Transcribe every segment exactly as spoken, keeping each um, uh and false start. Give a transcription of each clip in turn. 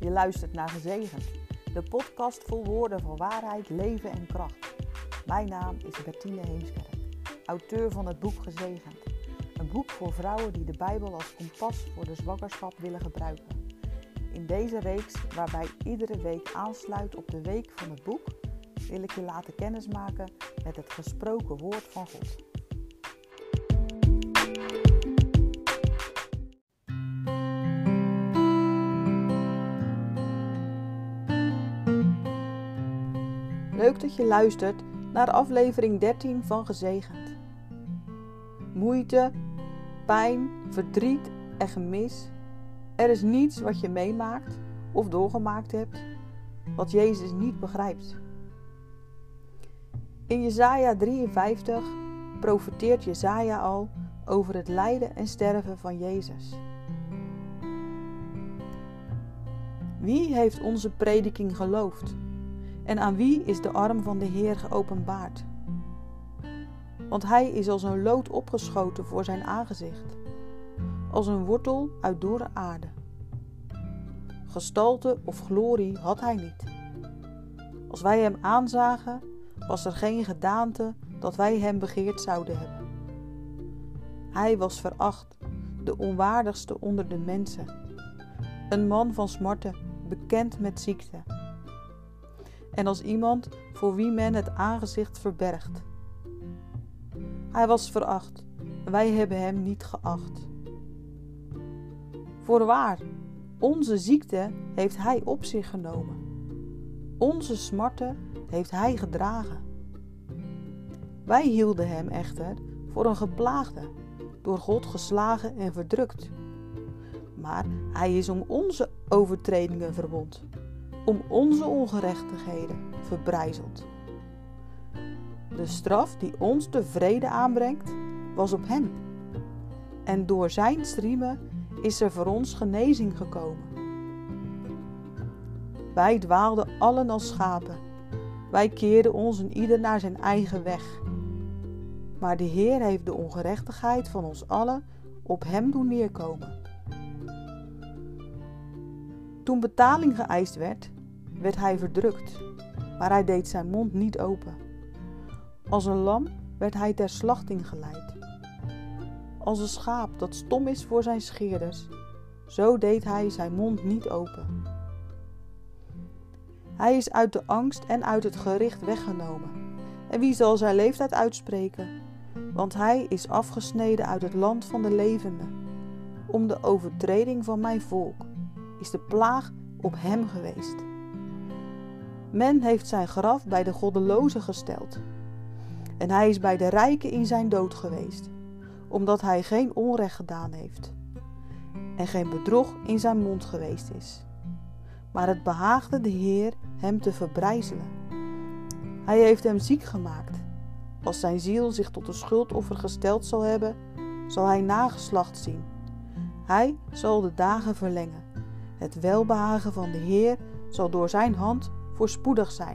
Je luistert naar Gezegend, de podcast vol woorden van waarheid, leven en kracht. Mijn naam is Bertine Heemskerk, auteur van het boek Gezegend. Een boek voor vrouwen die de Bijbel als kompas voor de zwangerschap willen gebruiken. In deze reeks, waarbij iedere week aansluit op de week van het boek, wil ik je laten kennismaken met het gesproken woord van God. Leuk dat je luistert naar aflevering dertien van Gezegend. Moeite, pijn, verdriet en gemis. Er is niets wat je meemaakt of doorgemaakt hebt, wat Jezus niet begrijpt. In Jesaja drieënvijftig profeteert Jesaja al over het lijden en sterven van Jezus. Wie heeft onze prediking geloofd? En aan wie is de arm van de Heer geopenbaard? Want hij is als een lood opgeschoten voor zijn aangezicht, als een wortel uit dorre aarde. Gestalte of glorie had hij niet. Als wij hem aanzagen, was er geen gedaante dat wij hem begeerd zouden hebben. Hij was veracht, de onwaardigste onder de mensen, een man van smarten, bekend met ziekte. En als iemand voor wie men het aangezicht verbergt. Hij was veracht, wij hebben hem niet geacht. Voorwaar, onze ziekte heeft hij op zich genomen. Onze smarten heeft hij gedragen. Wij hielden hem echter voor een geplaagde, door God geslagen en verdrukt. Maar hij is om onze overtredingen verwond, om onze ongerechtigheden verbrijzeld. De straf die ons de vrede aanbrengt, was op hem. En door zijn striemen is er voor ons genezing gekomen. Wij dwaalden allen als schapen. Wij keerden ons een ieder naar zijn eigen weg. Maar de Heer heeft de ongerechtigheid van ons allen op hem doen neerkomen. Toen betaling geëist werd, werd hij verdrukt, maar hij deed zijn mond niet open. Als een lam werd hij ter slachting geleid. Als een schaap dat stom is voor zijn scheerders, zo deed hij zijn mond niet open. Hij is uit de angst en uit het gericht weggenomen. En wie zal zijn leeftijd uitspreken? Want hij is afgesneden uit het land van de levenden. Om de overtreding van mijn volk is de plaag op hem geweest. Men heeft zijn graf bij de goddelozen gesteld. En hij is bij de rijken in zijn dood geweest, omdat hij geen onrecht gedaan heeft. En geen bedrog in zijn mond geweest is. Maar het behaagde de Heer hem te verbrijzelen. Hij heeft hem ziek gemaakt. Als zijn ziel zich tot een schuldoffer gesteld zal hebben, zal hij nageslacht zien. Hij zal de dagen verlengen. Het welbehagen van de Heer zal door zijn hand voorspoedig zijn.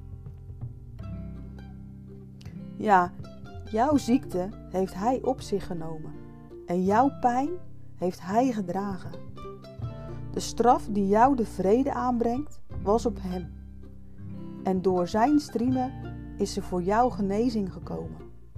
Ja, jouw ziekte heeft hij op zich genomen en jouw pijn heeft hij gedragen. De straf die jou de vrede aanbrengt, was op hem. En door zijn striemen is er voor jou genezing gekomen.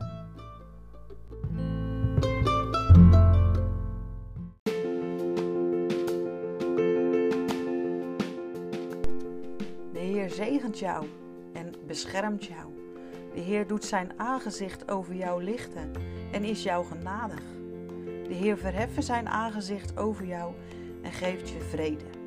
De Heer zegent jou en beschermt jou. De Heer doet zijn aangezicht over jou lichten en is jou genadig. De Heer verheffen zijn aangezicht over jou en geeft je vrede.